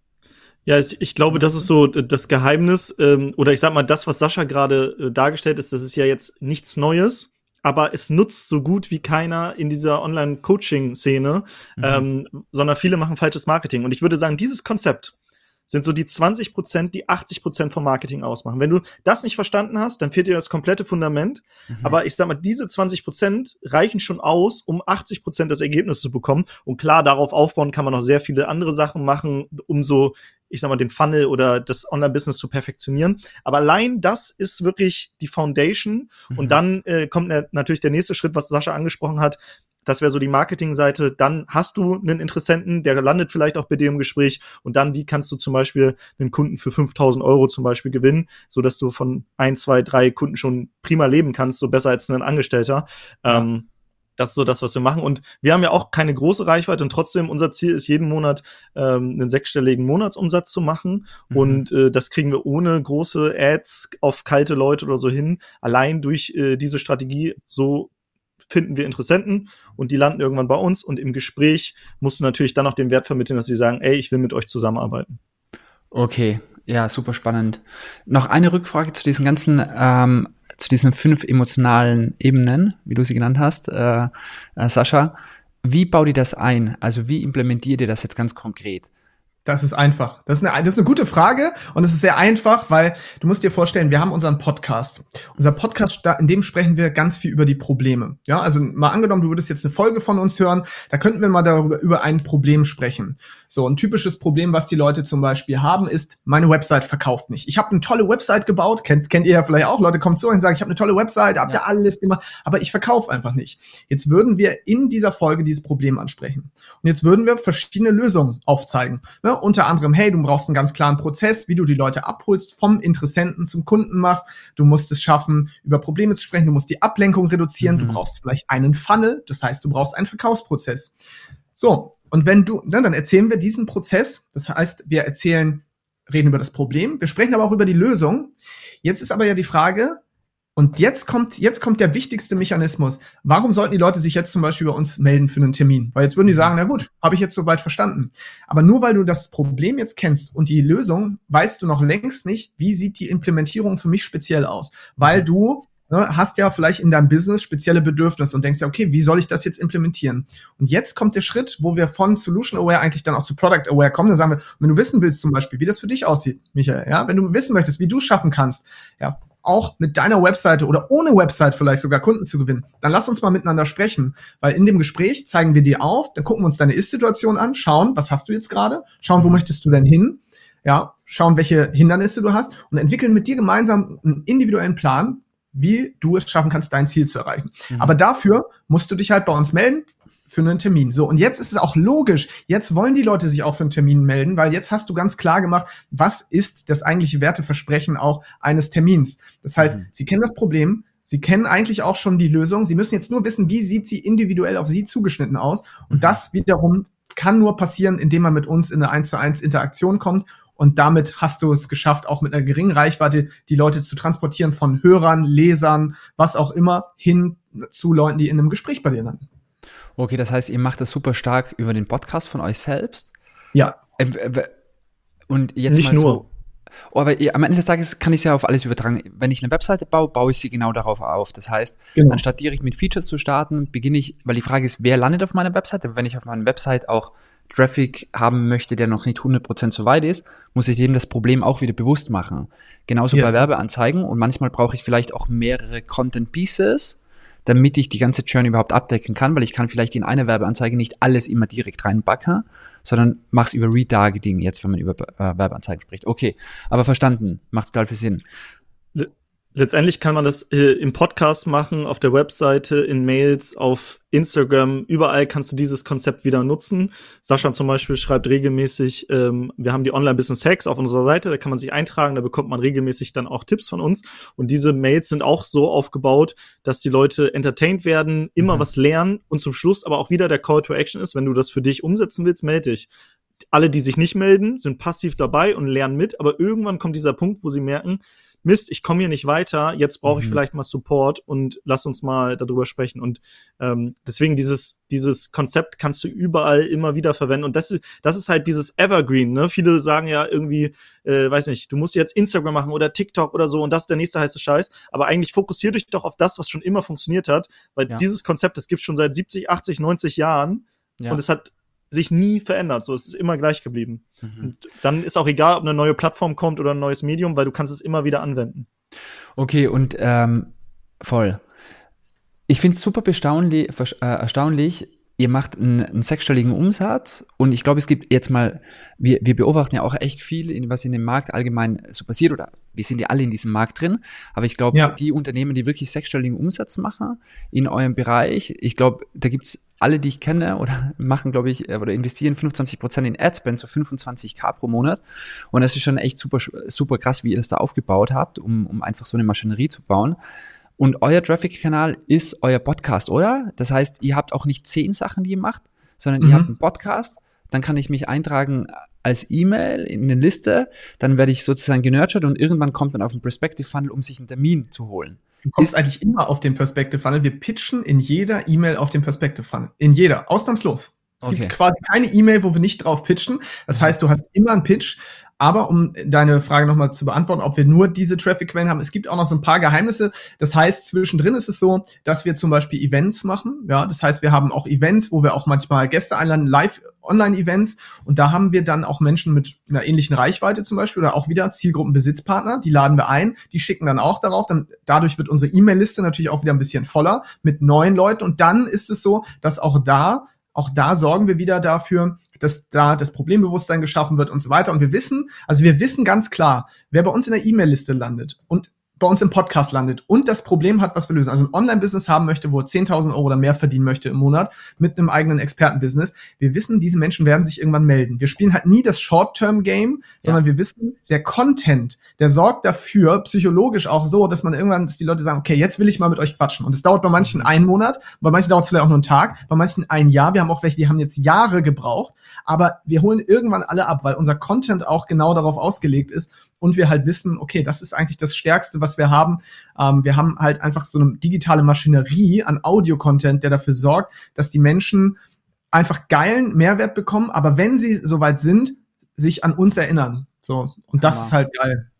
Ja, ich glaube, das ist so das Geheimnis, ähm, oder ich sag mal, das, was Sascha gerade äh, dargestellt ist, das ist ja jetzt nichts Neues, aber es nutzt so gut wie keiner in dieser Online-Coaching-Szene, mhm. ähm, sondern viele machen falsches Marketing. Und ich würde sagen, dieses Konzept sind so die zwanzig Prozent, die achtzig Prozent vom Marketing ausmachen. Wenn du das nicht verstanden hast, dann fehlt dir das komplette Fundament. Mhm. Aber ich sag mal, diese zwanzig Prozent reichen schon aus, um achtzig Prozent das Ergebnis zu bekommen. Und klar, darauf aufbauen kann man noch sehr viele andere Sachen machen, um so, ich sag mal, den Funnel oder das Online-Business zu perfektionieren. Aber allein das ist wirklich die Foundation. Mhm. Und dann äh, kommt natürlich der nächste Schritt, was Sascha angesprochen hat. Das wäre so die Marketingseite. Dann hast du einen Interessenten, der landet vielleicht auch bei dir im Gespräch. Und dann, wie kannst du zum Beispiel einen Kunden für fünftausend Euro zum Beispiel gewinnen, sodass du von ein, zwei, drei Kunden schon prima leben kannst, so besser als ein Angestellter. Ja. Ähm, das ist so das, was wir machen. Und wir haben ja auch keine große Reichweite und trotzdem unser Ziel ist, jeden Monat ähm, einen sechsstelligen Monatsumsatz zu machen. Mhm. Und äh, das kriegen wir ohne große Ads auf kalte Leute oder so hin. Allein durch äh, diese Strategie so finden wir Interessenten und die landen irgendwann bei uns und im Gespräch musst du natürlich dann auch den Wert vermitteln, dass sie sagen, ey, ich will mit euch zusammenarbeiten. Okay, ja, super spannend. Noch eine Rückfrage zu diesen ganzen, ähm, zu diesen fünf emotionalen Ebenen, wie du sie genannt hast, äh, äh, Sascha. Wie baut ihr das ein? Also wie implementiert ihr das jetzt ganz konkret? Das ist einfach. Das ist, eine, das ist eine gute Frage und es ist sehr einfach, weil du musst dir vorstellen, wir haben unseren Podcast. Unser Podcast, in dem sprechen wir ganz viel über die Probleme. Ja, also mal angenommen, du würdest jetzt eine Folge von uns hören, da könnten wir mal darüber über ein Problem sprechen. So, ein typisches Problem, was die Leute zum Beispiel haben, ist, meine Website verkauft nicht. Ich habe eine tolle Website gebaut, kennt, kennt ihr ja vielleicht auch. Leute kommen zu euch und sagen, ich habe eine tolle Website, habt ihr ja alles gemacht, aber ich verkaufe einfach nicht. Jetzt würden wir in dieser Folge dieses Problem ansprechen. Und jetzt würden wir verschiedene Lösungen aufzeigen. Ne? Unter anderem, hey, du brauchst einen ganz klaren Prozess, wie du die Leute abholst, vom Interessenten zum Kunden machst. Du musst es schaffen, über Probleme zu sprechen. Du musst die Ablenkung reduzieren. Mhm. Du brauchst vielleicht einen Funnel. Das heißt, du brauchst einen Verkaufsprozess. So, und wenn du, ne, dann erzählen wir diesen Prozess. Das heißt, wir erzählen, reden über das Problem. Wir sprechen aber auch über die Lösung. Jetzt ist aber ja die Frage, und jetzt kommt, jetzt kommt der wichtigste Mechanismus. Warum sollten die Leute sich jetzt zum Beispiel bei uns melden für einen Termin? Weil jetzt würden die sagen, na gut, habe ich jetzt soweit verstanden. Aber nur weil du das Problem jetzt kennst und die Lösung, weißt du noch längst nicht, wie sieht die Implementierung für mich speziell aus. Weil du ne, hast ja vielleicht in deinem Business spezielle Bedürfnisse und denkst ja, okay, wie soll ich das jetzt implementieren? Und jetzt kommt der Schritt, wo wir von Solution Aware eigentlich dann auch zu Product Aware kommen. Dann sagen wir, wenn du wissen willst zum Beispiel, wie das für dich aussieht, Michael, ja, wenn du wissen möchtest, wie du schaffen kannst, ja, auch mit deiner Webseite oder ohne Website vielleicht sogar Kunden zu gewinnen, dann lass uns mal miteinander sprechen, weil in dem Gespräch zeigen wir dir auf, dann gucken wir uns deine Ist-Situation an, schauen, was hast du jetzt gerade, schauen, wo möchtest du denn hin, ja, schauen, welche Hindernisse du hast und entwickeln mit dir gemeinsam einen individuellen Plan, wie du es schaffen kannst, dein Ziel zu erreichen. Mhm. Aber dafür musst du dich halt bei uns melden, für einen Termin. So, und jetzt ist es auch logisch. Jetzt wollen die Leute sich auch für einen Termin melden, weil jetzt hast du ganz klar gemacht, was ist das eigentliche Werteversprechen auch eines Termins. Das heißt, mhm. sie kennen das Problem, sie kennen eigentlich auch schon die Lösung. Sie müssen jetzt nur wissen, wie sieht sie individuell auf sie zugeschnitten aus. Und mhm. das wiederum kann nur passieren, indem man mit uns in eine eins zu eins Interaktion kommt. Und damit hast du es geschafft, auch mit einer geringen Reichweite die Leute zu transportieren von Hörern, Lesern, was auch immer, hin zu Leuten, die in einem Gespräch bei dir landen. Okay, das heißt, ihr macht das super stark über den Podcast von euch selbst? Ja. Und jetzt nicht mal nur. So, oh, aber ihr, am Ende des Tages kann ich es ja auf alles übertragen. Wenn ich eine Webseite baue, baue ich sie genau darauf auf. Das heißt, genau. anstatt direkt mit Features zu starten, beginne ich, weil die Frage ist, wer landet auf meiner Webseite? Wenn ich auf meiner Website auch Traffic haben möchte, der noch nicht hundert Prozent so weit ist, muss ich dem das Problem auch wieder bewusst machen. Genauso yes. bei Werbeanzeigen und manchmal brauche ich vielleicht auch mehrere Content Pieces, damit ich die ganze Journey überhaupt abdecken kann, weil ich kann vielleicht in eine Werbeanzeige nicht alles immer direkt reinbacken, sondern mach's über Retargeting, jetzt wenn man über äh, Werbeanzeigen spricht. Okay, aber verstanden, macht total viel Sinn. Letztendlich kann man das äh, im Podcast machen, auf der Webseite, in Mails, auf Instagram, überall kannst du dieses Konzept wieder nutzen. Sascha zum Beispiel schreibt regelmäßig, ähm, wir haben die Online-Business-Hacks auf unserer Seite, da kann man sich eintragen, da bekommt man regelmäßig dann auch Tipps von uns. Und diese Mails sind auch so aufgebaut, dass die Leute entertained werden, immer mhm. was lernen und zum Schluss aber auch wieder der Call to Action ist, wenn du das für dich umsetzen willst, melde dich. Alle, die sich nicht melden, sind passiv dabei und lernen mit, aber irgendwann kommt dieser Punkt, wo sie merken, Mist, ich komme hier nicht weiter, jetzt brauche ich mhm. vielleicht mal Support und lass uns mal darüber sprechen. Und ähm, deswegen dieses dieses Konzept kannst du überall immer wieder verwenden. Und das, das ist halt dieses Evergreen, ne? Viele sagen ja irgendwie, äh, weiß nicht, du musst jetzt Instagram machen oder TikTok oder so und das ist der nächste heiße Scheiß. Aber eigentlich fokussier dich doch auf das, was schon immer funktioniert hat. Weil ja. dieses Konzept, das gibt's schon seit siebzig, achtzig, neunzig Jahren ja. und es hat sich nie verändert, so es ist immer gleich geblieben. Mhm. Und dann ist auch egal, ob eine neue Plattform kommt oder ein neues Medium, weil du kannst es immer wieder anwenden. Okay, und ähm, voll. Ich finde es super erstaunlich, äh, erstaunlich, ihr macht einen, einen sechsstelligen Umsatz und ich glaube, es gibt jetzt mal, wir, wir beobachten ja auch echt viel, in, was in dem Markt allgemein so passiert oder wir sind ja alle in diesem Markt drin, aber ich glaube, ja. die Unternehmen, die wirklich sechsstelligen Umsatz machen in eurem Bereich, ich glaube, da gibt's alle, die ich kenne oder machen, glaube ich, oder investieren fünfundzwanzig Prozent in Adspend, so fünfundzwanzigtausend pro Monat. Und das ist schon echt super, super krass, wie ihr das da aufgebaut habt, um, um einfach so eine Maschinerie zu bauen. Und euer Traffic-Kanal ist euer Podcast, oder? Das heißt, ihr habt auch nicht zehn Sachen, die ihr macht, sondern mhm. ihr habt einen Podcast. Dann kann ich mich eintragen als E-Mail in eine Liste. Dann werde ich sozusagen genurtured und irgendwann kommt man auf den Perspective Funnel, um sich einen Termin zu holen. Du kommst ist eigentlich immer auf den Perspective Funnel. Wir pitchen in jeder E-Mail auf den Perspective Funnel. In jeder. Ausnahmslos. Es okay. gibt quasi keine E-Mail, wo wir nicht drauf pitchen. Das heißt, du hast immer einen Pitch. Aber um deine Frage nochmal zu beantworten, ob wir nur diese Traffic-Quellen haben, es gibt auch noch so ein paar Geheimnisse. Das heißt, zwischendrin ist es so, dass wir zum Beispiel Events machen. Ja, das heißt, wir haben auch Events, wo wir auch manchmal Gäste einladen, Live-Online-Events. Und da haben wir dann auch Menschen mit einer ähnlichen Reichweite zum Beispiel oder auch wieder Zielgruppenbesitzpartner. Die laden wir ein, die schicken dann auch darauf. Dann dadurch wird unsere E-Mail-Liste natürlich auch wieder ein bisschen voller mit neuen Leuten. Und dann ist es so, dass auch da, auch da sorgen wir wieder dafür, dass da das Problembewusstsein geschaffen wird und so weiter. Und wir wissen, also wir wissen ganz klar, wer bei uns in der E-Mail-Liste landet und bei uns im Podcast landet und das Problem hat, was wir lösen, also ein Online-Business haben möchte, wo er zehntausend Euro oder mehr verdienen möchte im Monat mit einem eigenen Expertenbusiness. Wir wissen, diese Menschen werden sich irgendwann melden. Wir spielen halt nie das Short-Term-Game, sondern ja. wir wissen, der Content, der sorgt dafür, psychologisch auch so, dass man irgendwann, dass die Leute sagen, okay, jetzt will ich mal mit euch quatschen. Und es dauert bei manchen einen Monat, bei manchen dauert es vielleicht auch nur einen Tag, bei manchen ein Jahr. Wir haben auch welche, die haben jetzt Jahre gebraucht, aber wir holen irgendwann alle ab, weil unser Content auch genau darauf ausgelegt ist und wir halt wissen, okay, das ist eigentlich das Stärkste, was wir haben. Ähm, wir haben halt einfach so eine digitale Maschinerie an Audio-Content, der dafür sorgt, dass die Menschen einfach geilen Mehrwert bekommen, aber wenn sie soweit sind, sich an uns erinnern. So, und das Hammer. Ist halt geil.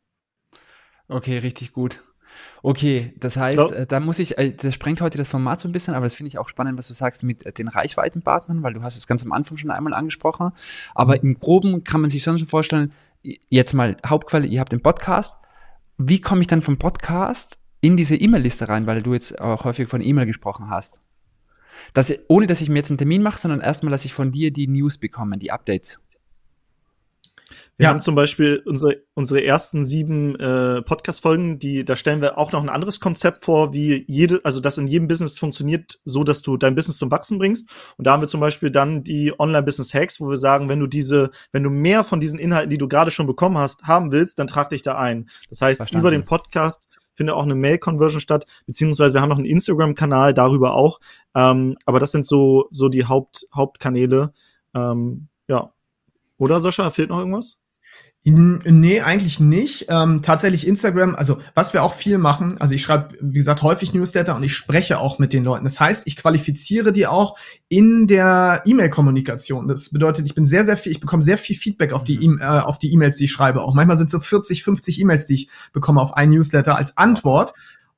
Okay, richtig gut. Okay, das heißt, glaub, da muss ich, das sprengt heute das Format so ein bisschen, aber das finde ich auch spannend, was du sagst mit den Reichweitenpartnern, weil du hast es ganz am Anfang schon einmal angesprochen, aber mhm. im Groben kann man sich sonst schon vorstellen, jetzt mal Hauptquelle, ihr habt den Podcast, wie komme ich dann vom Podcast in diese E-Mail-Liste rein, weil du jetzt auch häufig von E-Mail gesprochen hast? Dass, ohne dass ich mir jetzt einen Termin mache, sondern erstmal, dass ich von dir die News bekomme, die Updates. Wir ja. haben zum Beispiel unsere, unsere ersten sieben äh, Podcast-Folgen, die, da stellen wir auch noch ein anderes Konzept vor, wie jede, also das in jedem Business funktioniert, so dass du dein Business zum Wachsen bringst. Und da haben wir zum Beispiel dann die Online-Business-Hacks, wo wir sagen, wenn du diese, wenn du mehr von diesen Inhalten, die du gerade schon bekommen hast, haben willst, dann trag dich da ein. Das heißt, Verstanden. Über den Podcast findet auch eine Mail-Conversion statt, beziehungsweise wir haben noch einen Instagram-Kanal, darüber auch. Ähm, aber das sind so, so die Haupt, Hauptkanäle. Ähm, ja. Oder, Sascha, fehlt noch irgendwas? Nee, eigentlich nicht. Ähm, tatsächlich Instagram, also was wir auch viel machen, also ich schreibe, wie gesagt, häufig Newsletter und ich spreche auch mit den Leuten. Das heißt, ich qualifiziere die auch in der E-Mail-Kommunikation. Das bedeutet, ich bin sehr, sehr viel, ich bekomme sehr viel Feedback auf die, e- äh, auf die E-Mails, die ich schreibe. Auch manchmal sind es so vierzig, fünfzig E-Mails, die ich bekomme auf ein Newsletter als Antwort.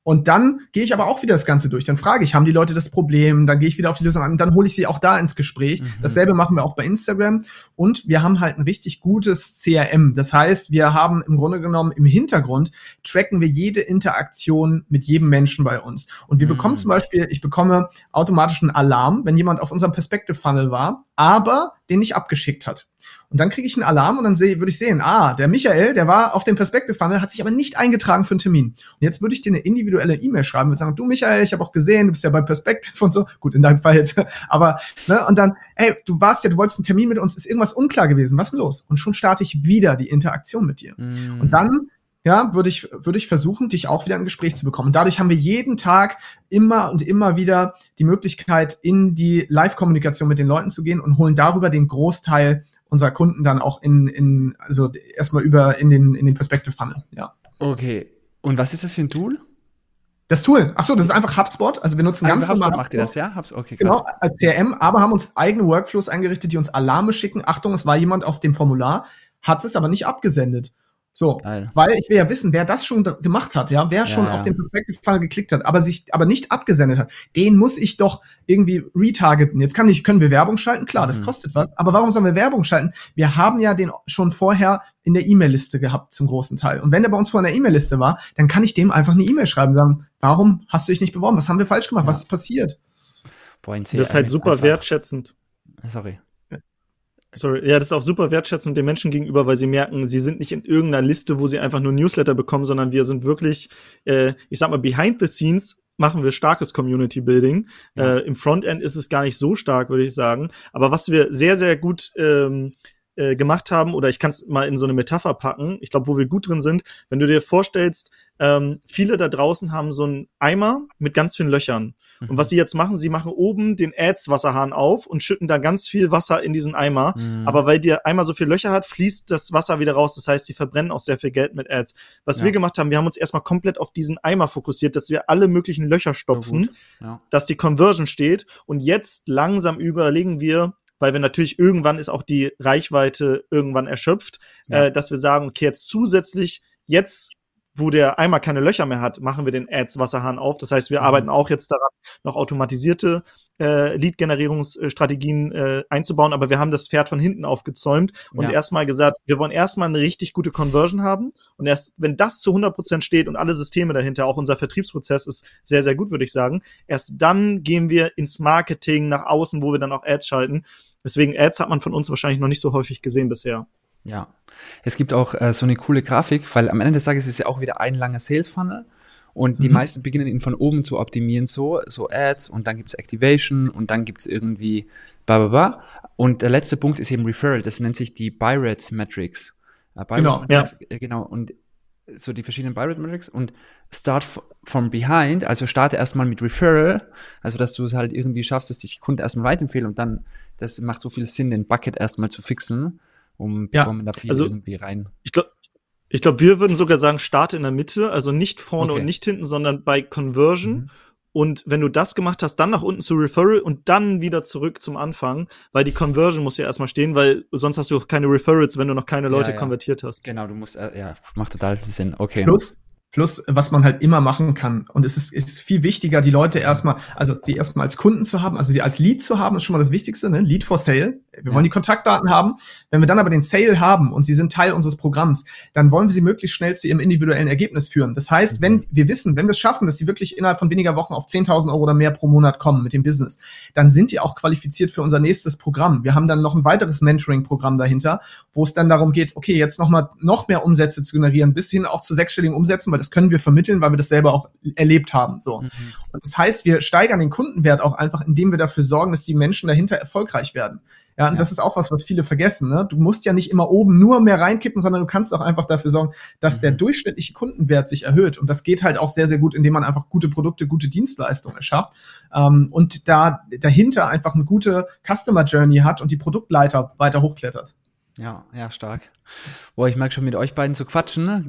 Und dann gehe ich aber auch wieder das Ganze durch. Dann frage ich, haben die Leute das Problem? Dann gehe ich wieder auf die Lösung an und dann hole ich sie auch da ins Gespräch. Mhm. Dasselbe machen wir auch bei Instagram. Und wir haben halt ein richtig gutes C R M. Das heißt, wir haben im Grunde genommen im Hintergrund tracken wir jede Interaktion mit jedem Menschen bei uns. Und wir mhm. bekommen zum Beispiel, ich bekomme automatisch einen Alarm, wenn jemand auf unserem Perspective Funnel war, aber den nicht abgeschickt hat. Und dann kriege ich einen Alarm und dann sehe, würde ich sehen, ah, der Michael, der war auf dem Perspective Funnel, hat sich aber nicht eingetragen für einen Termin. Und jetzt würde ich dir eine individuelle E-Mail schreiben und sagen, du Michael, ich habe auch gesehen, du bist ja bei Perspective und so. Gut, in deinem Fall jetzt. Aber, ne, und dann, hey, du warst ja, du wolltest einen Termin mit uns, ist irgendwas unklar gewesen, was ist denn los? Und schon starte ich wieder die Interaktion mit dir. Mm. Und dann, ja, würde ich, würde ich versuchen, dich auch wieder in ein Gespräch zu bekommen. Und dadurch haben wir jeden Tag immer und immer wieder die Möglichkeit, in die Live-Kommunikation mit den Leuten zu gehen und holen darüber den Großteil unserer Kunden dann auch in, in also erstmal über in den, in den Perspective Funnel, ja. Okay. Und was ist das für ein Tool? Das Tool, ach so, das ist einfach HubSpot. Also wir nutzen ganz normal HubSpot. Macht ihr das, ja? Okay, krass. Genau, als C R M, aber haben uns eigene Workflows eingerichtet, die uns Alarme schicken. Achtung, es war jemand auf dem Formular, hat es aber nicht abgesendet. So, Geil. Weil ich will ja wissen, wer das schon gemacht hat, ja, wer ja, schon ja. auf den Perspective Funnel geklickt hat, aber sich aber nicht abgesendet hat, den muss ich doch irgendwie retargeten. Jetzt kann ich, können wir Werbung schalten, klar, das mhm. kostet was, aber warum sollen wir Werbung schalten? Wir haben ja den schon vorher in der E-Mail-Liste gehabt zum großen Teil. Und wenn der bei uns vorher in der E-Mail-Liste war, dann kann ich dem einfach eine E-Mail schreiben und sagen, warum hast du dich nicht beworben? Was haben wir falsch gemacht? Ja. Was ist passiert? Boah, das ist halt super einfach wertschätzend. Sorry. Sorry, ja, das ist auch super wertschätzend den Menschen gegenüber, weil sie merken, sie sind nicht in irgendeiner Liste, wo sie einfach nur Newsletter bekommen, sondern wir sind wirklich, äh, ich sag mal, behind the scenes machen wir starkes Community Building. Ja. Äh, im Frontend ist es gar nicht so stark, würde ich sagen. Aber was wir sehr, sehr gut ähm, äh, gemacht haben, oder ich kann es mal in so eine Metapher packen, ich glaube, wo wir gut drin sind, wenn du dir vorstellst, ähm, viele da draußen haben so einen Eimer mit ganz vielen Löchern. Mhm. Und was sie jetzt machen, sie machen oben den Ads-Wasserhahn auf und schütten da ganz viel Wasser in diesen Eimer. Mhm. Aber weil der Eimer so viel Löcher hat, fließt das Wasser wieder raus. Das heißt, die verbrennen auch sehr viel Geld mit Ads. Was ja. wir gemacht haben, wir haben uns erstmal komplett auf diesen Eimer fokussiert, dass wir alle möglichen Löcher stopfen, ja. dass die Conversion steht. Und jetzt langsam überlegen wir, weil wir natürlich irgendwann ist auch die Reichweite irgendwann erschöpft, ja. äh, dass wir sagen, okay, jetzt zusätzlich, jetzt, wo der Eimer keine Löcher mehr hat, machen wir den Ads-Wasserhahn auf. Das heißt, wir mhm. arbeiten auch jetzt daran, noch automatisierte äh, Lead-Generierungsstrategien äh, einzubauen, aber wir haben das Pferd von hinten aufgezäumt und ja. erstmal gesagt, wir wollen erstmal eine richtig gute Conversion haben und erst, wenn das zu hundert Prozent steht und alle Systeme dahinter, auch unser Vertriebsprozess ist sehr, sehr gut, würde ich sagen, erst dann gehen wir ins Marketing nach außen, wo wir dann auch Ads schalten. Deswegen Ads hat man von uns wahrscheinlich noch nicht so häufig gesehen bisher. Ja, es gibt auch äh, so eine coole Grafik, weil am Ende des Tages ist ja auch wieder ein langer Sales-Funnel und mhm. die meisten beginnen ihn von oben zu optimieren, so so Ads und dann gibt's Activation und dann gibt's irgendwie bla bla bla. Und der letzte Punkt ist eben Referral, das nennt sich die Buy-Rates-Metrics. Äh, genau, Metrics, ja. äh, genau, und so die verschiedenen Buy-Rate-Metrics und Start f- from behind, also starte erstmal mit Referral, also dass du es halt irgendwie schaffst, dass dich Kunden erstmal weiterempfehlen und dann, das macht so viel Sinn, den Bucket erstmal zu fixen, um ja, bevor man da viel also, irgendwie rein. Ich glaube, ich glaube, wir würden sogar sagen, starte in der Mitte, also nicht vorne okay. und nicht hinten, sondern bei Conversion. Mhm. Und wenn du das gemacht hast, dann nach unten zu Referral und dann wieder zurück zum Anfang, weil die Conversion muss ja erstmal stehen, weil sonst hast du auch keine Referrals, wenn du noch keine Leute ja, ja. konvertiert hast. Genau, du musst, äh, ja, macht total Sinn, okay. Plus, Plus, was man halt immer machen kann. Und es ist, ist viel wichtiger, die Leute erstmal, also sie erstmal als Kunden zu haben, also sie als Lead zu haben, ist schon mal das Wichtigste, ne? Lead for Sale. Wir ja. wollen die Kontaktdaten haben. Wenn wir dann aber den Sale haben und sie sind Teil unseres Programms, dann wollen wir sie möglichst schnell zu ihrem individuellen Ergebnis führen. Das heißt, mhm. wenn wir wissen, wenn wir es schaffen, dass sie wirklich innerhalb von weniger Wochen auf zehntausend Euro oder mehr pro Monat kommen mit dem Business, dann sind die auch qualifiziert für unser nächstes Programm. Wir haben dann noch ein weiteres Mentoring-Programm dahinter, wo es dann darum geht, okay, jetzt noch mal noch mehr Umsätze zu generieren, bis hin auch zu sechsstelligen Umsätzen, weil das können wir vermitteln, weil wir das selber auch erlebt haben. So. Mhm. Und das heißt, wir steigern den Kundenwert auch einfach, indem wir dafür sorgen, dass die Menschen dahinter erfolgreich werden. Ja, und ja. das ist auch was, was viele vergessen. Ne? Du musst ja nicht immer oben nur mehr reinkippen, sondern du kannst auch einfach dafür sorgen, dass mhm. der durchschnittliche Kundenwert sich erhöht. Und das geht halt auch sehr, sehr gut, indem man einfach gute Produkte, gute Dienstleistungen erschafft ähm, und da dahinter einfach eine gute Customer Journey hat und die Produktleiter weiter hochklettert. Ja, ja, stark. Boah, ich merke schon, mit euch beiden zu quatschen. Ne?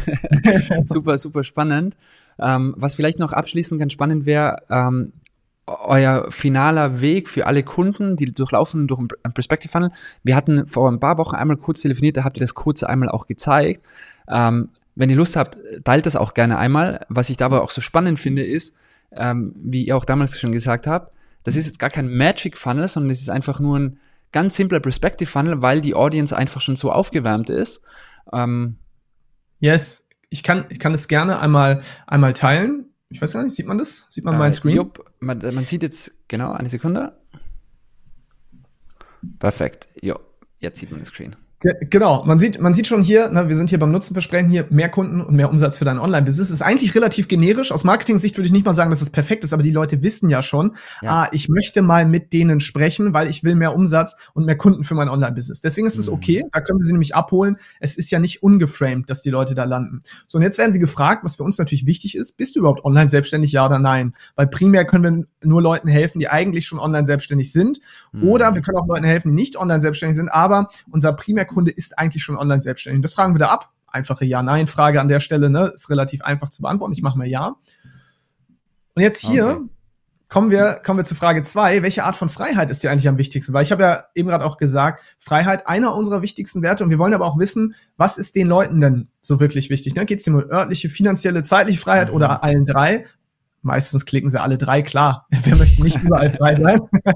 super, super spannend. Ähm, was vielleicht noch abschließend ganz spannend wäre, ähm, euer finaler Weg für alle Kunden, die durchlaufen durch ein Perspective Funnel. Wir hatten vor ein paar Wochen einmal kurz telefoniert, da habt ihr das kurz einmal auch gezeigt. Ähm, wenn ihr Lust habt, teilt das auch gerne einmal. Was ich dabei auch so spannend finde, ist, ähm, wie ihr auch damals schon gesagt habt, das ist jetzt gar kein Magic Funnel, sondern es ist einfach nur ein ganz simpler Perspective Funnel, weil die Audience einfach schon so aufgewärmt ist. Ähm, yes, ich kann, ich kann es gerne einmal, einmal teilen. Ich weiß gar nicht, sieht man das? Sieht man äh, meinen Screen? Jupp, man, man sieht jetzt, genau, eine Sekunde. Perfekt, jo, jetzt sieht man das Screen. Genau, man sieht, man sieht schon hier, ne, wir sind hier beim Nutzenversprechen, hier mehr Kunden und mehr Umsatz für dein Online-Business. Ist eigentlich relativ generisch. Aus Marketing-Sicht würde ich nicht mal sagen, dass es perfekt ist, aber die Leute wissen ja schon, ja. ah, ich möchte mal mit denen sprechen, weil ich will mehr Umsatz und mehr Kunden für mein Online-Business. Deswegen ist es mhm. okay, da können wir sie nämlich abholen. Es ist ja nicht ungeframed, dass die Leute da landen. So, und jetzt werden sie gefragt, was für uns natürlich wichtig ist, bist du überhaupt online selbstständig, ja oder nein? Weil primär können wir nur Leuten helfen, die eigentlich schon online selbstständig sind. Mhm. Oder wir können auch Leuten helfen, die nicht online selbstständig sind, aber unser Primärkunde ist eigentlich schon online selbstständig. Das fragen wir da ab. Einfache Ja-Nein-Frage an der Stelle, ne? Ist relativ einfach zu beantworten. Ich mache mal Ja. Und jetzt hier okay. kommen wir, kommen wir zu Frage zwei. Welche Art von Freiheit ist dir eigentlich am wichtigsten? Weil ich habe ja eben gerade auch gesagt, Freiheit einer unserer wichtigsten Werte. Und wir wollen aber auch wissen, was ist den Leuten denn so wirklich wichtig? Ne? Geht es dir um örtliche, finanzielle, zeitliche Freiheit mhm. oder allen drei? Meistens klicken sie alle drei, klar. Wer möchte nicht überall frei sein?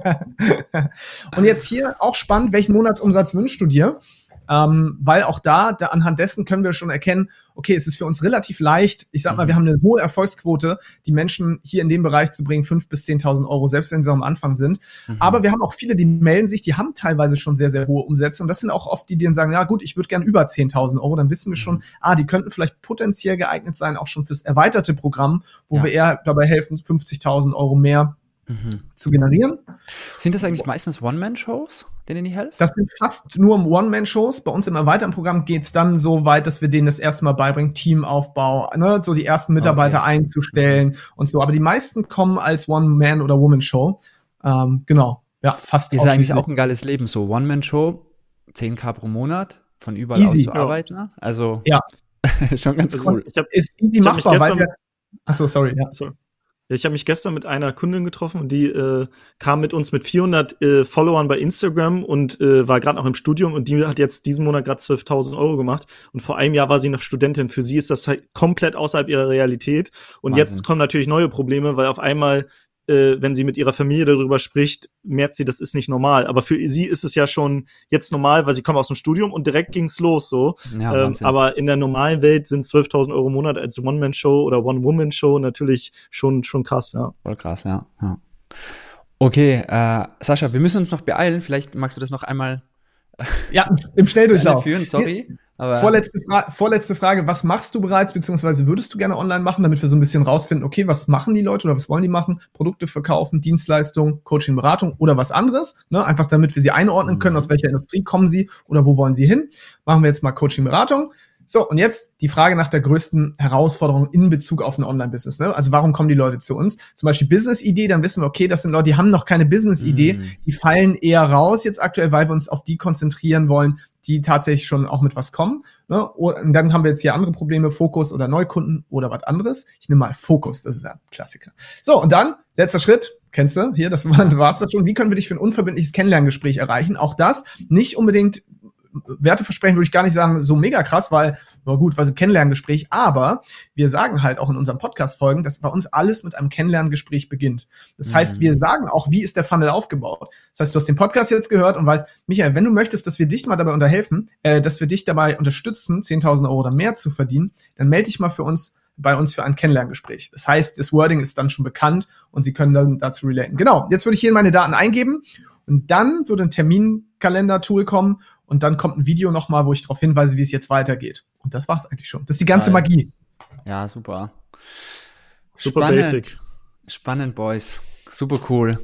Und jetzt hier auch spannend, welchen Monatsumsatz wünschst du dir? Ähm, weil auch da, da, anhand dessen können wir schon erkennen, okay, es ist für uns relativ leicht, ich sag mal, wir haben eine hohe Erfolgsquote, die Menschen hier in dem Bereich zu bringen, fünftausend bis zehntausend Euro, selbst wenn sie am Anfang sind. Mhm. Aber wir haben auch viele, die melden sich, die haben teilweise schon sehr, sehr hohe Umsätze. Und das sind auch oft die, die dann sagen, ja gut, ich würde gerne über zehntausend Euro. Dann wissen wir schon, mhm. ah, die könnten vielleicht potenziell geeignet sein, auch schon fürs erweiterte Programm, wo ja. wir eher dabei helfen, fünfzigtausend Euro mehr Mhm. zu generieren. Sind das eigentlich meistens One-Man-Shows, denen die helfen? Das sind fast nur One-Man-Shows. Bei uns im erweiterten Programm geht es dann so weit, dass wir denen das erste Mal beibringen, Teamaufbau, ne, so die ersten Mitarbeiter okay. einzustellen mhm. und so. Aber die meisten kommen als One-Man- oder Woman-Show. Ähm, genau, ja, fast. Ist eigentlich auch ein geiles Leben, so One-Man-Show, zehntausend pro Monat, von überall easy. aus zu arbeiten. Ne? Also ja. schon ganz cool. Ich hab, ist easy machbar, weil wir, achso, sorry, ja. Sorry. Ich habe mich gestern mit einer Kundin getroffen und die äh, kam mit uns mit vierhundert äh, Followern bei Instagram und äh, war gerade noch im Studium und die hat jetzt diesen Monat gerade zwölftausend Euro gemacht und vor einem Jahr war sie noch Studentin. Für sie ist das halt komplett außerhalb ihrer Realität und Wahnsinn. Jetzt kommen natürlich neue Probleme, weil auf einmal äh, wenn sie mit ihrer Familie darüber spricht, merkt sie, das ist nicht normal. Aber für sie ist es ja schon jetzt normal, weil sie kommt aus dem Studium und direkt ging's los so. Ja, ähm, aber in der normalen Welt sind zwölftausend Euro im Monat als One-Man-Show oder One-Woman-Show natürlich schon schon krass, ja. Voll krass, ja. ja. Okay, äh, Sascha, wir müssen uns noch beeilen. Vielleicht magst du das noch einmal ja, im Schnelldurchlauf führen, sorry. Aber vorletzte, Fra- vorletzte Frage, was machst du bereits, beziehungsweise würdest du gerne online machen, damit wir so ein bisschen rausfinden, okay, was machen die Leute oder was wollen die machen? Produkte verkaufen, Dienstleistungen, Coaching, Beratung oder was anderes? Ne? Einfach damit wir sie einordnen können, aus welcher Industrie kommen sie oder wo wollen sie hin? Machen wir jetzt mal Coaching, Beratung. So, und jetzt die Frage nach der größten Herausforderung in Bezug auf ein Online-Business. Ne? Also warum kommen die Leute zu uns? Zum Beispiel Business-Idee, dann wissen wir, okay, das sind Leute, die haben noch keine Business-Idee, mm. die fallen eher raus jetzt aktuell, weil wir uns auf die konzentrieren wollen, die tatsächlich schon auch mit was kommen. Ne? Und dann haben wir jetzt hier andere Probleme, Fokus oder Neukunden oder was anderes. Ich nehme mal Fokus, das ist ja ein Klassiker. So, und dann, letzter Schritt, kennst du, hier, das war, war's das schon. Wie können wir dich für ein unverbindliches Kennenlerngespräch erreichen? Auch das nicht unbedingt Werteversprechen würde ich gar nicht sagen, so mega krass, weil, na gut, was ein Kennenlerngespräch, aber wir sagen halt auch in unseren Podcast-Folgen, dass bei uns alles mit einem Kennenlerngespräch beginnt. Das heißt, mhm. wir sagen auch, wie ist der Funnel aufgebaut. Das heißt, du hast den Podcast jetzt gehört und weißt, Michael, wenn du möchtest, dass wir dich mal dabei unterhelfen, äh, dass wir dich dabei unterstützen, zehntausend Euro oder mehr zu verdienen, dann melde dich mal für uns bei uns für ein Kennenlerngespräch. Das heißt, das Wording ist dann schon bekannt und Sie können dann dazu relaten. Genau, jetzt würde ich hier meine Daten eingeben und dann würde ein Terminkalender-Tool kommen und dann kommt ein Video nochmal, wo ich darauf hinweise, wie es jetzt weitergeht. Und das war's eigentlich schon. Das ist die ganze Geil. Magie. Ja, super. Super Spannend. basic. Spannend, Boys. Super cool.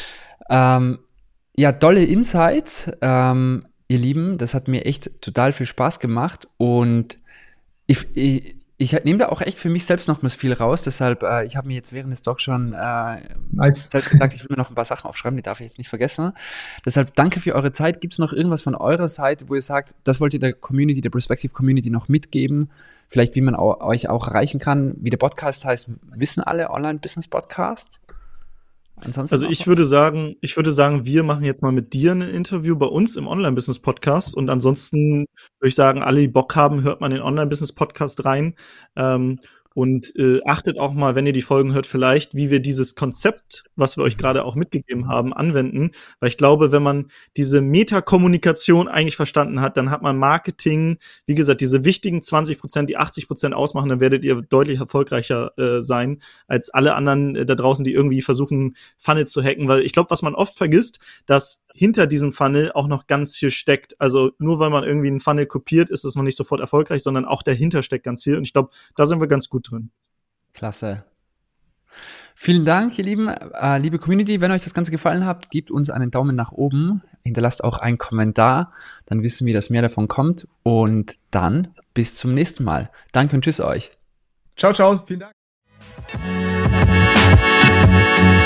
Ähm, ja, tolle Insights, ähm, ihr Lieben. Das hat mir echt total viel Spaß gemacht und ich, ich Ich nehme da auch echt für mich selbst noch mal viel raus, deshalb, äh, ich habe mir jetzt während des Docs schon äh, nice. selbst gesagt, ich will mir noch ein paar Sachen aufschreiben, die darf ich jetzt nicht vergessen. Deshalb danke für eure Zeit. Gibt es noch irgendwas von eurer Seite, wo ihr sagt, das wollt ihr der Community, der Perspective Community noch mitgeben? Vielleicht, wie man au- euch auch erreichen kann, wie der Podcast heißt, wissen alle, Online-Business-Podcast? Ansonsten also ich würde sagen, ich würde sagen, wir machen jetzt mal mit dir ein Interview bei uns im Online-Business-Podcast und ansonsten würde ich sagen, alle, die Bock haben, hört mal in den Online-Business-Podcast rein. Ähm, Und äh, achtet auch mal, wenn ihr die Folgen hört, vielleicht, wie wir dieses Konzept, was wir euch gerade auch mitgegeben haben, anwenden. Weil ich glaube, wenn man diese Metakommunikation eigentlich verstanden hat, dann hat man Marketing, wie gesagt, diese wichtigen zwanzig Prozent, die achtzig Prozent ausmachen, dann werdet ihr deutlich erfolgreicher äh, sein als alle anderen äh, da draußen, die irgendwie versuchen, Funnel zu hacken. Weil ich glaube, was man oft vergisst, dass hinter diesem Funnel auch noch ganz viel steckt. Also nur weil man irgendwie einen Funnel kopiert, ist es noch nicht sofort erfolgreich, sondern auch dahinter steckt ganz viel. Und ich glaube, da sind wir ganz gut drin. Klasse. Vielen Dank, ihr Lieben. Äh, liebe Community, wenn euch das Ganze gefallen hat, gebt uns einen Daumen nach oben, hinterlasst auch einen Kommentar, dann wissen wir, dass mehr davon kommt. Und dann bis zum nächsten Mal. Danke und tschüss euch. Ciao, ciao. Vielen Dank.